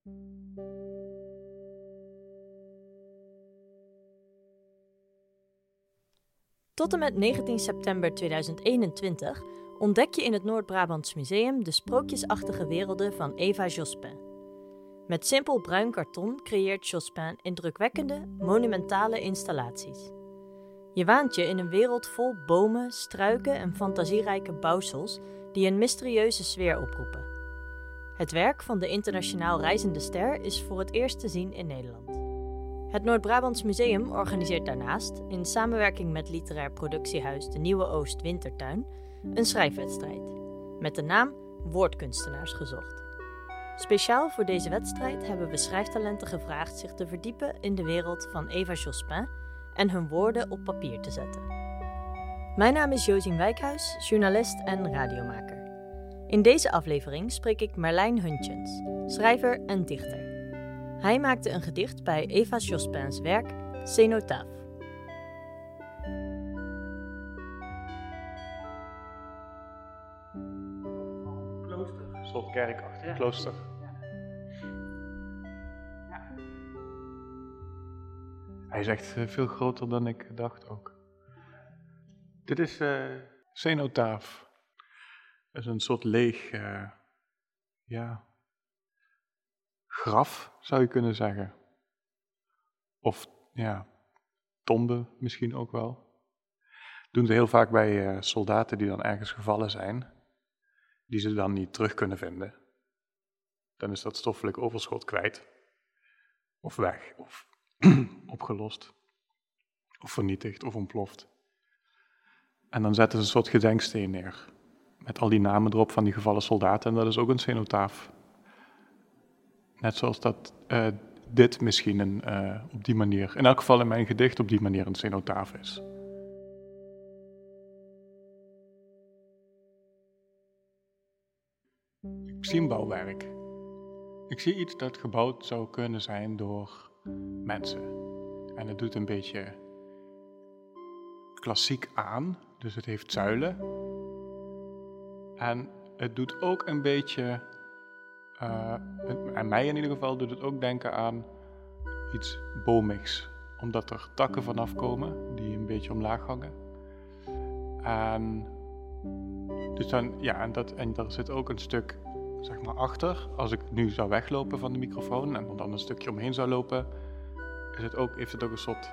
Tot en met 19 september 2021 ontdek je in het Noord-Brabants Museum de sprookjesachtige werelden van Eva Jospin. Met simpel bruin karton creëert Jospin indrukwekkende, monumentale installaties. Je waant je in een wereld vol bomen, struiken en fantasierijke bouwsels die een mysterieuze sfeer oproepen. Het werk van de internationaal reizende ster is voor het eerst te zien in Nederland. Het Noord-Brabants Museum organiseert daarnaast, in samenwerking met literair productiehuis De Nieuwe Oost Wintertuin, een schrijfwedstrijd, met de naam Woordkunstenaars gezocht. Speciaal voor deze wedstrijd hebben we schrijftalenten gevraagd zich te verdiepen in de wereld van Eva Jospin en hun woorden op papier te zetten. Mijn naam is Josien Wijkhuis, journalist en radiomaker. In deze aflevering spreek ik Merlijn Huntjens, schrijver en dichter. Hij maakte een gedicht bij Eva Jospins werk Cénotaphe. Klooster. Een soort kerkachtig klooster. Ja. Hij is echt veel groter dan ik dacht ook. Dit is Cénotaphe. Dat is een soort leeg graf, zou je kunnen zeggen. Of tombe misschien ook wel. Doen ze heel vaak bij soldaten die dan ergens gevallen zijn, die ze dan niet terug kunnen vinden. Dan is dat stoffelijk overschot kwijt. Of weg, of opgelost. Of vernietigd, of ontploft. En dan zetten ze een soort gedenksteen neer. Met al die namen erop van die gevallen soldaten. En dat is ook een cénotaphe. Net zoals dat dit misschien op die manier, in elk geval in mijn gedicht op die manier een cénotaphe is. Ik zie een bouwwerk. Ik zie iets dat gebouwd zou kunnen zijn door mensen. En het doet een beetje klassiek aan, dus het heeft zuilen. En het doet ook een beetje, en mij in ieder geval doet het ook denken aan iets bomigs. Omdat er takken vanaf komen die een beetje omlaag hangen. En dus dan, en daar zit ook een stuk, zeg maar, achter. Als ik nu zou weglopen van de microfoon en er dan een stukje omheen zou lopen, heeft het ook een soort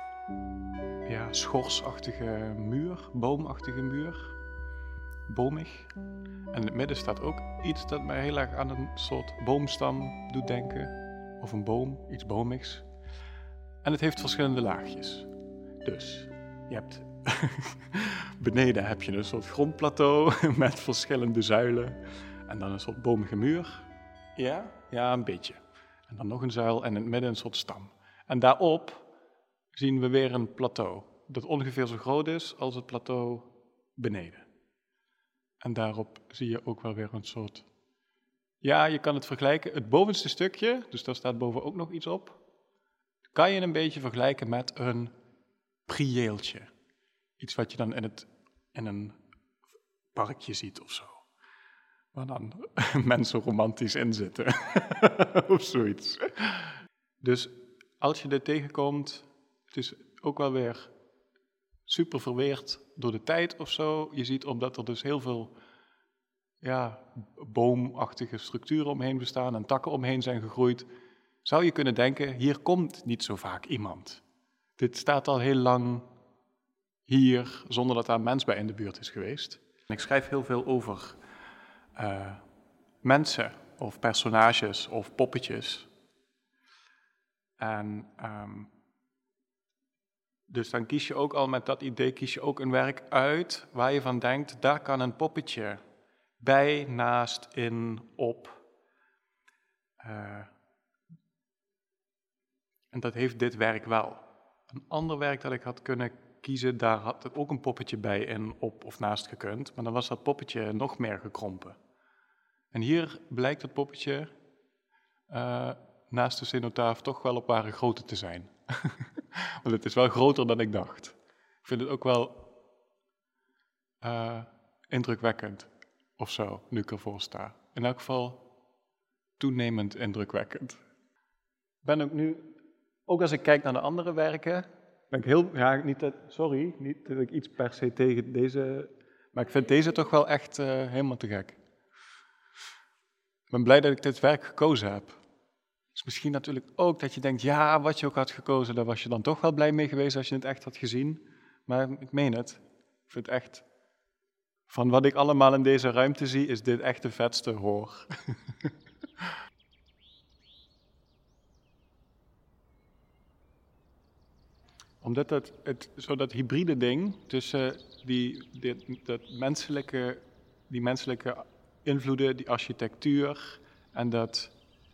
schorsachtige muur, boomachtige muur. Bomig. En in het midden staat ook iets dat mij heel erg aan een soort boomstam doet denken. Of een boom, iets bomigs. En het heeft verschillende laagjes. Dus, je hebt beneden heb je een soort grondplateau met verschillende zuilen. En dan een soort bomige muur. Ja, een beetje. En dan nog een zuil en in het midden een soort stam. En daarop zien we weer een plateau. Dat ongeveer zo groot is als het plateau beneden. En daarop zie je ook wel weer een soort... Ja, je kan het vergelijken. Het bovenste stukje, dus daar staat boven ook nog iets op, kan je een beetje vergelijken met een prieeltje. Iets wat je dan in een parkje ziet of zo. Waar dan mensen romantisch in zitten. Of zoiets. Dus als je dit tegenkomt, het is ook wel weer super verweerd door de tijd of zo. Je ziet omdat er dus heel veel boomachtige structuren omheen bestaan en takken omheen zijn gegroeid, zou je kunnen denken, hier komt niet zo vaak iemand. Dit staat al heel lang hier, zonder dat daar een mens bij in de buurt is geweest. Ik schrijf heel veel over mensen of personages of poppetjes. En dus dan kies je ook al met dat idee, een werk uit waar je van denkt, daar kan een poppetje bij, naast, in, op. En dat heeft dit werk wel. Een ander werk dat ik had kunnen kiezen, daar had er ook een poppetje bij, in, op of naast gekund. Maar dan was dat poppetje nog meer gekrompen. En hier blijkt het poppetje naast de cénotaphe toch wel op ware grootte te zijn. Want het is wel groter dan ik dacht. Ik vind het ook wel indrukwekkend of zo, nu ik ervoor sta. In elk geval toenemend indrukwekkend. Ik ben ook nu, ook als ik kijk naar de andere werken, ben ik niet dat ik iets per se tegen deze, maar ik vind deze toch wel echt helemaal te gek. Ik ben blij dat ik dit werk gekozen heb. Dus misschien natuurlijk ook dat je denkt, ja, wat je ook had gekozen, daar was je dan toch wel blij mee geweest als je het echt had gezien. Maar ik meen het. Ik vind het echt, van wat ik allemaal in deze ruimte zie, is dit echt de vetste hoor. Omdat dat hybride ding tussen die menselijke invloeden, die architectuur en dat,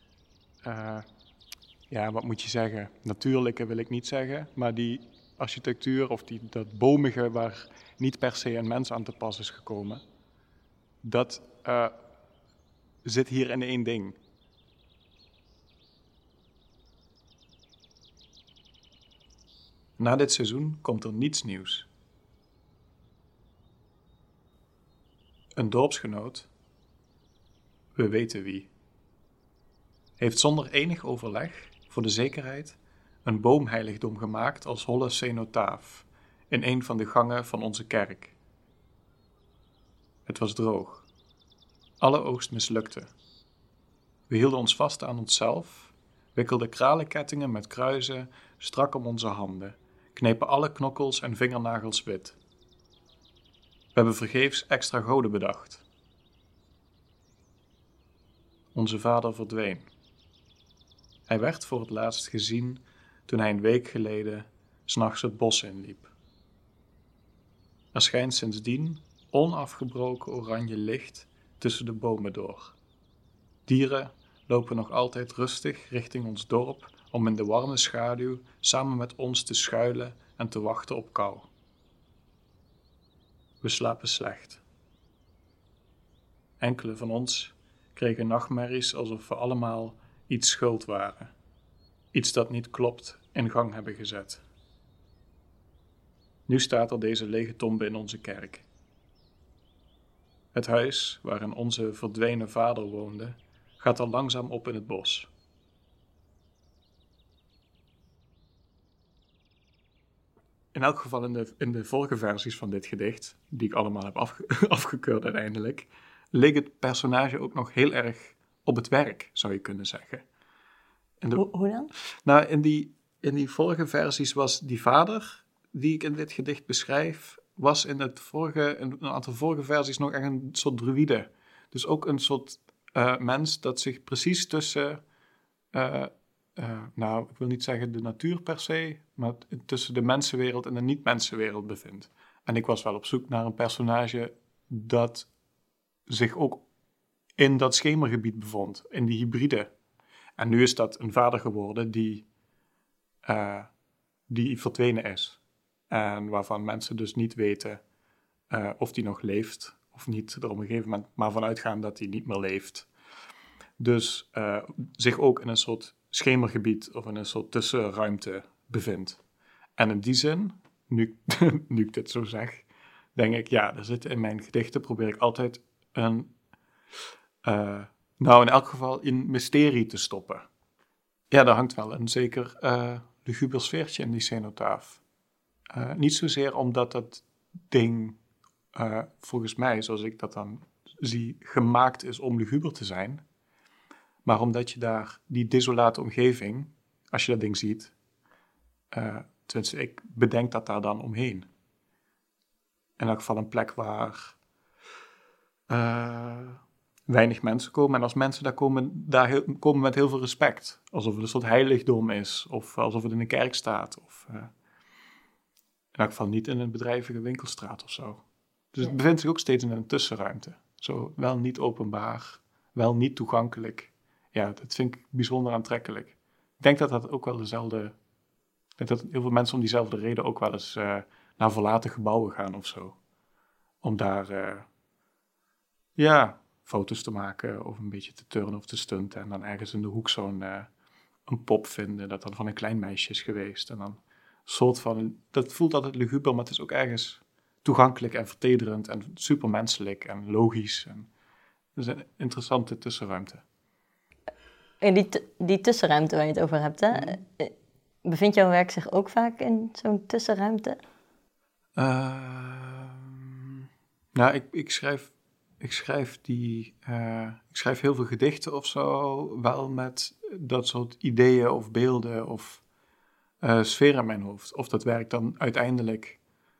wat moet je zeggen, natuurlijke wil ik niet zeggen, maar die architectuur of dat bomige waar niet per se een mens aan te pas is gekomen, dat zit hier in één ding. Na dit seizoen komt er niets nieuws. Een dorpsgenoot, we weten wie, heeft zonder enig overleg, voor de zekerheid, een boomheiligdom gemaakt als holle cenotaaf in een van de gangen van onze kerk. Het was droog. Alle oogst mislukte. We hielden ons vast aan onszelf, wikkelden kralenkettingen met kruizen strak om onze handen, knepen alle knokkels en vingernagels wit. We hebben vergeefs extra goden bedacht. Onze vader verdween. Hij werd voor het laatst gezien toen hij een week geleden 's nachts het bos inliep. Er schijnt sindsdien onafgebroken oranje licht tussen de bomen door. Dieren lopen nog altijd rustig richting ons dorp om in de warme schaduw samen met ons te schuilen en te wachten op kou. We slapen slecht. Enkele van ons kregen nachtmerries alsof we allemaal iets schuld waren. Iets dat niet klopt in gang hebben gezet. Nu staat er deze lege tombe in onze kerk. Het huis waarin onze verdwenen vader woonde, gaat al langzaam op in het bos. In elk geval in de vorige versies van dit gedicht, die ik allemaal heb afgekeurd uiteindelijk, leek het personage ook nog heel erg op het werk, zou je kunnen zeggen. Hoe dan? Nou, in die vorige versies was die vader, die ik in dit gedicht beschrijf, was in een aantal vorige versies nog echt een soort druïde. Dus ook een soort mens dat zich precies tussen, ik wil niet zeggen de natuur per se, maar tussen de mensenwereld en de niet-mensenwereld bevindt. En ik was wel op zoek naar een personage dat zich ook in dat schemergebied bevond, in die hybride. En nu is dat een vader geworden die verdwenen is. En waarvan mensen dus niet weten of die nog leeft of niet, er op een gegeven moment maar vanuit gaan dat hij niet meer leeft. Dus zich ook in een soort schemergebied of in een soort tussenruimte bevindt. En in die zin, nu ik dit zo zeg, denk ik, ja, er zit in mijn gedichten, probeer ik altijd in elk geval in mysterie te stoppen. Ja, daar hangt wel een zeker luguber sfeertje in die cenotaaf. Niet zozeer omdat dat ding, volgens mij, zoals ik dat dan zie, gemaakt is om luguber te zijn. Maar omdat je daar die desolate omgeving, als je dat ding ziet, tenminste, ik bedenk dat daar dan omheen. In elk geval een plek waar weinig mensen komen. En als mensen daar komen met heel veel respect. Alsof het een soort heiligdom is. Of alsof het in een kerk staat. Of in elk geval niet in een bedrijvige winkelstraat of zo. Dus het bevindt zich ook steeds in een tussenruimte. Zo wel niet openbaar, wel niet toegankelijk. Ja, dat vind ik bijzonder aantrekkelijk. Ik denk dat dat ook wel dezelfde... Ik denk dat heel veel mensen om diezelfde reden ook wel eens naar verlaten gebouwen gaan of zo. Om daar foto's te maken of een beetje te turnen of te stunten. En dan ergens in de hoek een pop vinden dat dan van een klein meisje is geweest. En dan een soort van... Dat voelt altijd luguber, maar het is ook ergens toegankelijk en vertederend en supermenselijk en logisch. En het is een interessante tussenruimte. Die tussenruimte waar je het over hebt, hè? Bevindt jouw werk zich ook vaak in zo'n tussenruimte? Nou, ik schrijf heel veel gedichten of zo, wel met dat soort ideeën of beelden of sfeer in mijn hoofd. Of dat werk dan uiteindelijk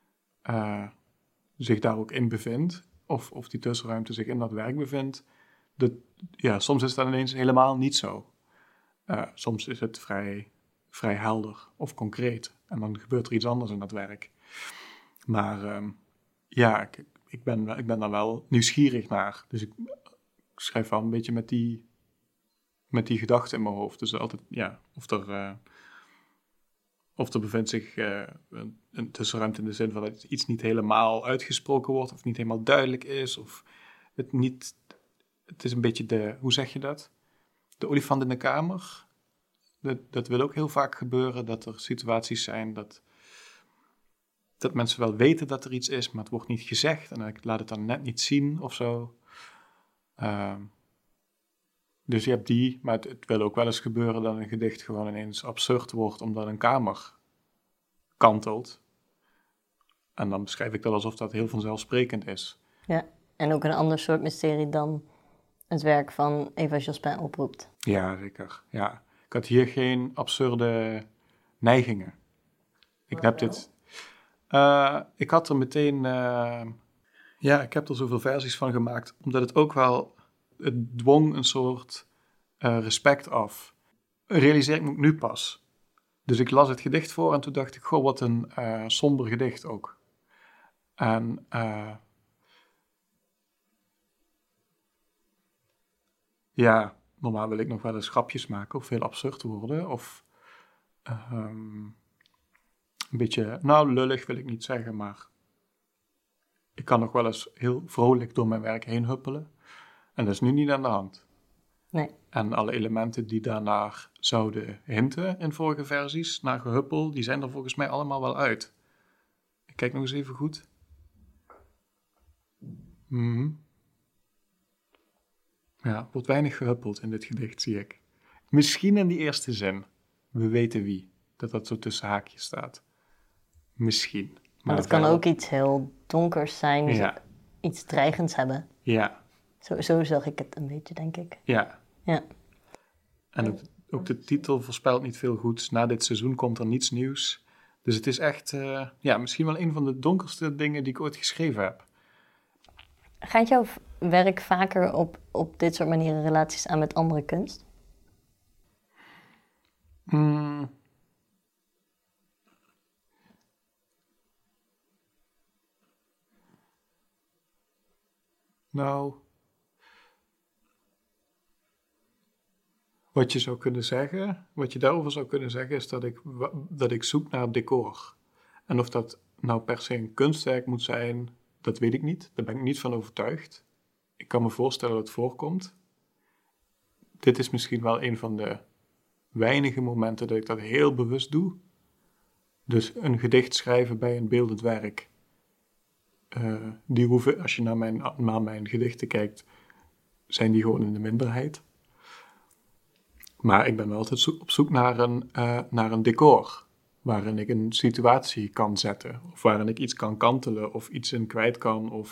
zich daar ook in bevindt, of die tussenruimte zich in dat werk bevindt. Soms is dat ineens helemaal niet zo. Soms is het vrij helder of concreet en dan gebeurt er iets anders in dat werk. Maar ik ben daar wel nieuwsgierig naar. Dus ik schrijf wel een beetje met die gedachten in mijn hoofd. Dus altijd, of er bevindt zich een tussenruimte in de zin van dat iets niet helemaal uitgesproken wordt, of niet helemaal duidelijk is, of het is een beetje hoe zeg je dat? De olifant in de kamer. Dat wil ook heel vaak gebeuren, dat er situaties zijn dat mensen wel weten dat er iets is, maar het wordt niet gezegd en ik laat het dan net niet zien of zo. Dus je hebt die, maar het wil ook wel eens gebeuren dat een gedicht gewoon ineens absurd wordt omdat een kamer kantelt. En dan beschrijf ik dat alsof dat heel vanzelfsprekend is. Ja, en ook een ander soort mysterie dan het werk van Eva Jospin oproept. Ja, zeker. Ja. Ik had hier geen absurde neigingen. Ik had er meteen... ik heb er zoveel versies van gemaakt, omdat het ook wel... Het dwong een soort respect af. Realiseer ik me nu pas. Dus ik las het gedicht voor en toen dacht ik... Goh, wat een somber gedicht ook. En... normaal wil ik nog wel eens grapjes maken of heel absurd worden. Of een beetje, lullig wil ik niet zeggen, maar ik kan nog wel eens heel vrolijk door mijn werk heen huppelen. En dat is nu niet aan de hand. Nee. En alle elementen die daarnaar zouden hinten in vorige versies, naar gehuppel, die zijn er volgens mij allemaal wel uit. Ik kijk nog eens even goed. Ja, er wordt weinig gehuppeld in dit gedicht, zie ik. Misschien in die eerste zin. We weten wie. Dat zo tussen haakjes staat. Misschien. Maar dat kan ook iets heel donkers zijn. Ja. Iets dreigends hebben. Ja. Zo zag ik het een beetje, denk ik. Ja. Ja. En ook de titel voorspelt niet veel goeds. Na dit seizoen komt er niets nieuws. Dus het is echt, misschien wel een van de donkerste dingen die ik ooit geschreven heb. Gaat jouw werk vaker op dit soort manieren relaties aan met andere kunst? Nou, wat je daarover zou kunnen zeggen, is dat ik zoek naar decor. En of dat nou per se een kunstwerk moet zijn, dat weet ik niet. Daar ben ik niet van overtuigd. Ik kan me voorstellen dat het voorkomt. Dit is misschien wel een van de weinige momenten dat ik dat heel bewust doe. Dus een gedicht schrijven bij een beeldend werk. Die hoeven, als je naar mijn gedichten kijkt, zijn die gewoon in de minderheid. Maar ik ben wel altijd op zoek naar een decor. Waarin ik een situatie kan zetten. Of waarin ik iets kan kantelen. Of iets in kwijt kan.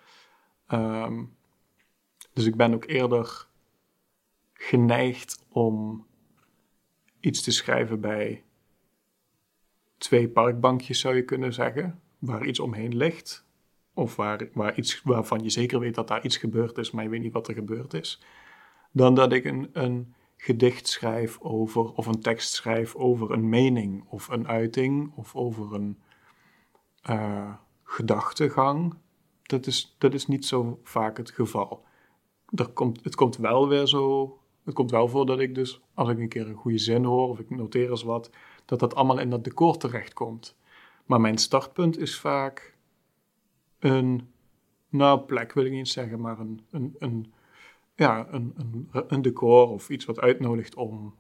Dus ik ben ook eerder geneigd om iets te schrijven bij 2 parkbankjes, zou je kunnen zeggen. Waar iets omheen ligt. Of waar iets waarvan je zeker weet dat daar iets gebeurd is, maar je weet niet wat er gebeurd is. Dan dat ik een gedicht schrijf over, of een tekst schrijf over een mening of een uiting of over een gedachtegang. Dat is niet zo vaak het geval. Het komt wel voor dat ik dus, als ik een keer een goede zin hoor of ik noteer eens wat, dat allemaal in dat decor terechtkomt. Maar mijn startpunt is vaak plek wil ik niet zeggen, maar een decor of iets wat uitnodigt om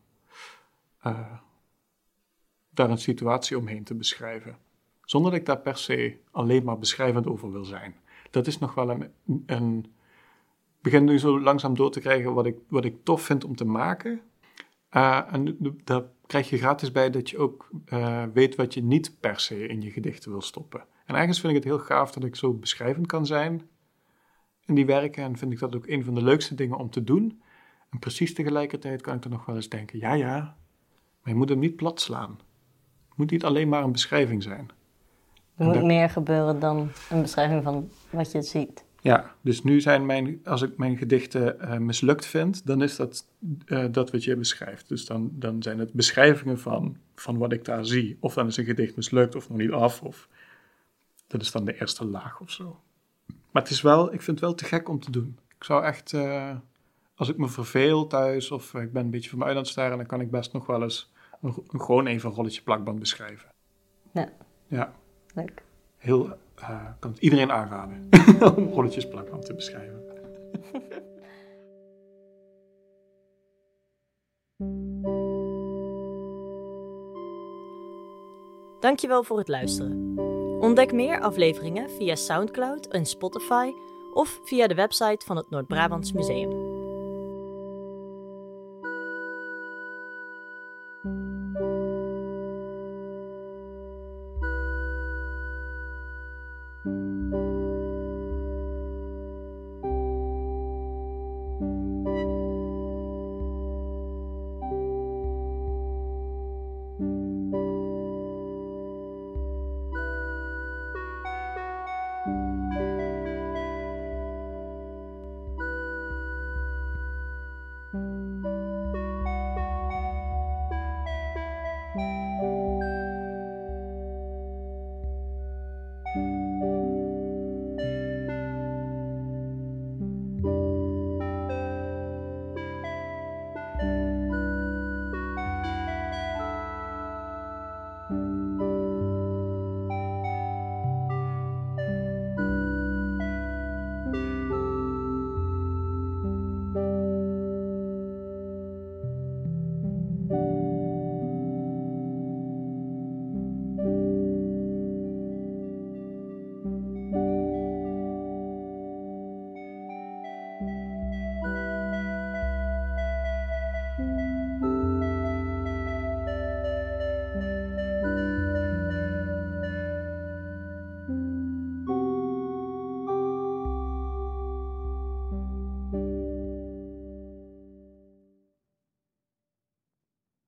daar een situatie omheen te beschrijven. Zonder dat ik daar per se alleen maar beschrijvend over wil zijn. Dat is nog wel ik begin nu zo langzaam door te krijgen wat ik tof vind om te maken. En daar krijg je gratis bij dat je ook weet wat je niet per se in je gedichten wil stoppen. En ergens vind ik het heel gaaf dat ik zo beschrijvend kan zijn in die werken. En vind ik dat ook een van de leukste dingen om te doen. En precies tegelijkertijd kan ik er nog wel eens denken, ja, maar je moet hem niet plat slaan. Het moet niet alleen maar een beschrijving zijn. Er moet meer gebeuren dan een beschrijving van wat je ziet. Ja, dus nu als ik mijn gedichten mislukt vind, dan is dat wat je beschrijft. Dus dan zijn het beschrijvingen van wat ik daar zie. Of dan is een gedicht mislukt of nog niet af. Of dat is dan de eerste laag of zo. Maar ik vind het wel te gek om te doen. Ik zou echt, als ik me verveel thuis of ik ben een beetje voor me uit aan het staren, dan kan ik best nog wel eens gewoon even een rolletje plakband beschrijven. Ja. Leuk. Kan het iedereen aanraden om rolletjes plakband te beschrijven. Dankjewel voor het luisteren. Ontdek meer afleveringen via Soundcloud en Spotify of via de website van het Noord-Brabants Museum.